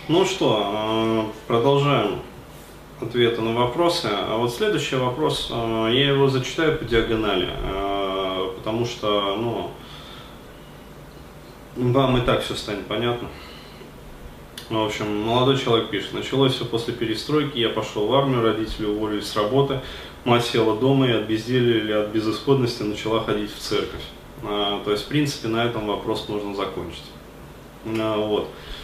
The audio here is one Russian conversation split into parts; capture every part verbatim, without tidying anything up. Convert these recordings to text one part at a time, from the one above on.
Ну что, продолжаем ответы на вопросы. А вот следующий вопрос, я его зачитаю по диагонали, потому что, ну, вам и так все станет понятно. В общем, молодой человек пишет: началось все после перестройки, я пошел в армию, родители уволились с работы, мать села дома и от безделья или от безысходности начала ходить в церковь. То есть, в принципе, на этом вопрос можно закончить. Вот.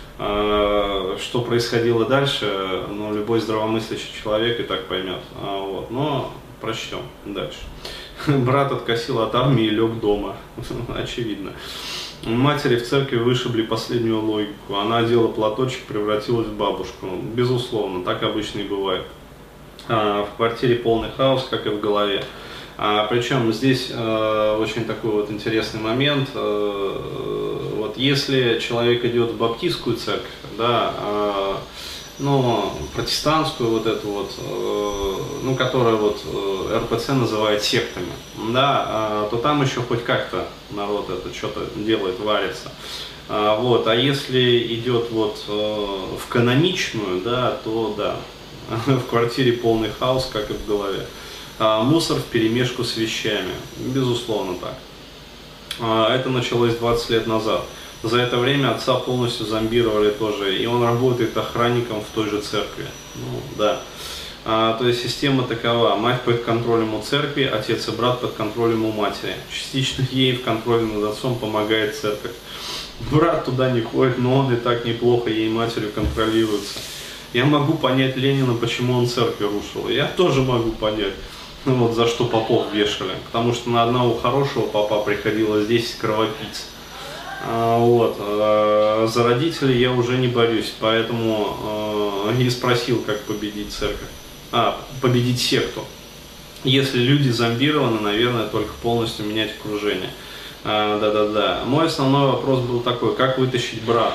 Что происходило дальше, ну, любой здравомыслящий человек и так поймет. Вот. Но прочтем дальше. Брат откосил от армии и лег дома. Очевидно. Матери в церкви вышибли последнюю логику. Она одела платочек, превратилась в бабушку. Безусловно, так обычно и бывает. В квартире полный хаос, как и в голове. А, причем здесь э, очень такой вот интересный момент. Э, вот если человек идет в баптистскую церковь, да, э, ну, протестантскую вот эту вот, э, ну, которая вот э, эр пэ цэ называет сектами, да, э, то там еще хоть как-то народ это что-то делает, варится. Э, вот, а если идет вот э, в каноничную, да, то да, в квартире полный хаос, как и в голове. А, мусор вперемешку с вещами. Безусловно так. Это началось двадцать лет назад. За это время отца полностью зомбировали тоже, и он работает охранником в той же церкви. Ну, да. А, то есть система такова: мать под контролем у церкви, отец и брат под контролем у матери. Частично ей в контроле над отцом помогает церковь. Брат туда не ходит, но он и так неплохо ей матерью контролируется. Я могу понять Ленина, почему он церкви рушил. Я тоже могу понять. Ну, вот за что попов вешали, потому что на одного хорошего попа приходилось десять кровопийц. А, вот. А, за родителей я уже не борюсь, поэтому а, и спросил, как победить церковь, а, победить секту. Если люди зомбированы, наверное, только полностью менять окружение. Да-да-да. Мой основной вопрос был такой: как вытащить брата?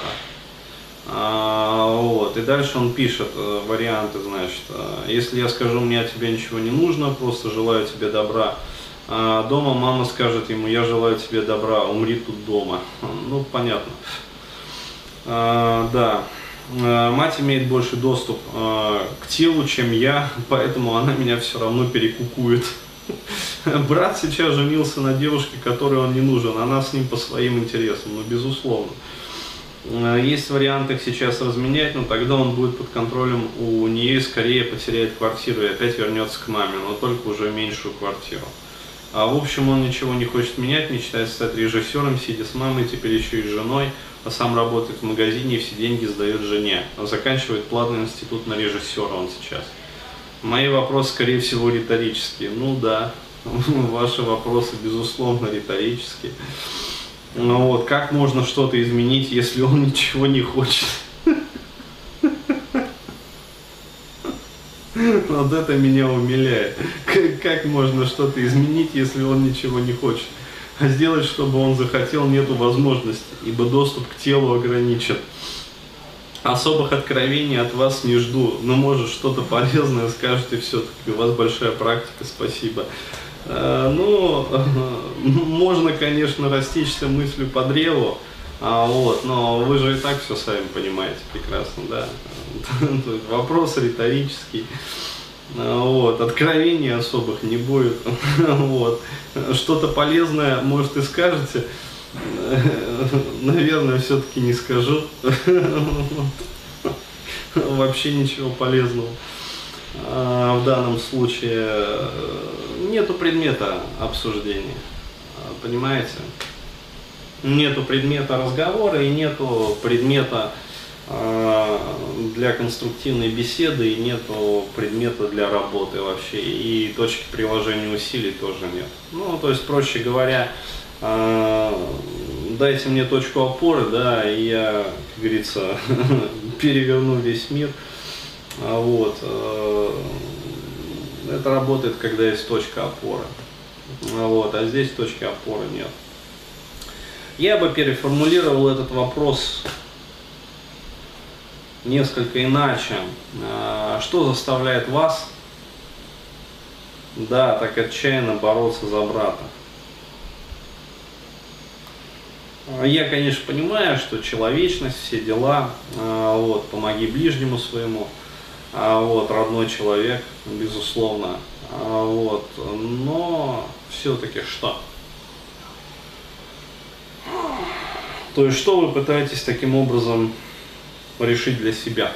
А, вот. И дальше он пишет э, варианты, значит: если я скажу, мне от тебя ничего не нужно, просто желаю тебе добра. А, дома мама скажет ему: я желаю тебе добра, умри тут дома. Ну, понятно. А, да. А, мать имеет больше доступ а, к телу, чем я, поэтому она меня все равно перекукует. Брат сейчас женился на девушке, которой он не нужен, она с ним по своим интересам, ну, безусловно. Есть вариант их сейчас разменять, но тогда он будет под контролем у нее и скорее потеряет квартиру и опять вернется к маме, но только уже меньшую квартиру. А в общем, он ничего не хочет менять, мечтает стать режиссером, сидя с мамой, теперь еще и с женой, а сам работает в магазине и все деньги сдает жене. Заканчивает платный институт на режиссера он сейчас. Мои вопросы, скорее всего, риторические. Ну да, ваши вопросы, безусловно, риторические. Ну вот, как можно что-то изменить, если он ничего не хочет? Вот это меня умиляет. Как, как можно что-то изменить, если он ничего не хочет? А сделать, чтобы он захотел, нету возможности, ибо доступ к телу ограничен. Особых откровений от вас не жду, но может что-то полезное скажете все-таки. У вас большая практика, спасибо. Ну, можно, конечно, растечься мыслью по древу, вот, но вы же и так все сами понимаете прекрасно, да. Вопрос риторический, вот, откровений особых не будет, вот. Что-то полезное, может, и скажете, наверное, все-таки не скажу, вообще ничего полезного. В данном случае нету предмета обсуждения, понимаете? Нету предмета разговора и нету предмета для конструктивной беседы, и нету предмета для работы вообще, и точки приложения усилий тоже нет. Ну, то есть, проще говоря, дайте мне точку опоры, да, и я, как говорится, переверну весь мир. Вот. Это работает, когда есть точка опоры. Вот. А здесь точки опоры нет. Я бы переформулировал этот вопрос несколько иначе. Что заставляет вас, да, так отчаянно бороться за брата? Я, конечно, понимаю, что человечность, все дела, вот, помоги ближнему своему, вот, родной человек, безусловно, вот, но все-таки что? То есть, что вы пытаетесь таким образом решить для себя?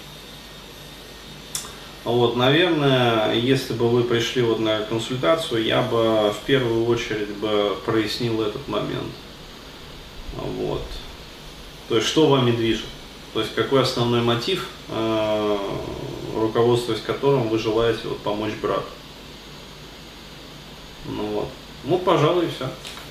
Вот, наверное, если бы вы пришли вот на консультацию, я бы в первую очередь бы прояснил этот момент. Вот. То есть, что вами движет? То есть, какой основной мотив, э, руководствуясь которым вы желаете вот, помочь брату? Ну вот. Ну, пожалуй, и все.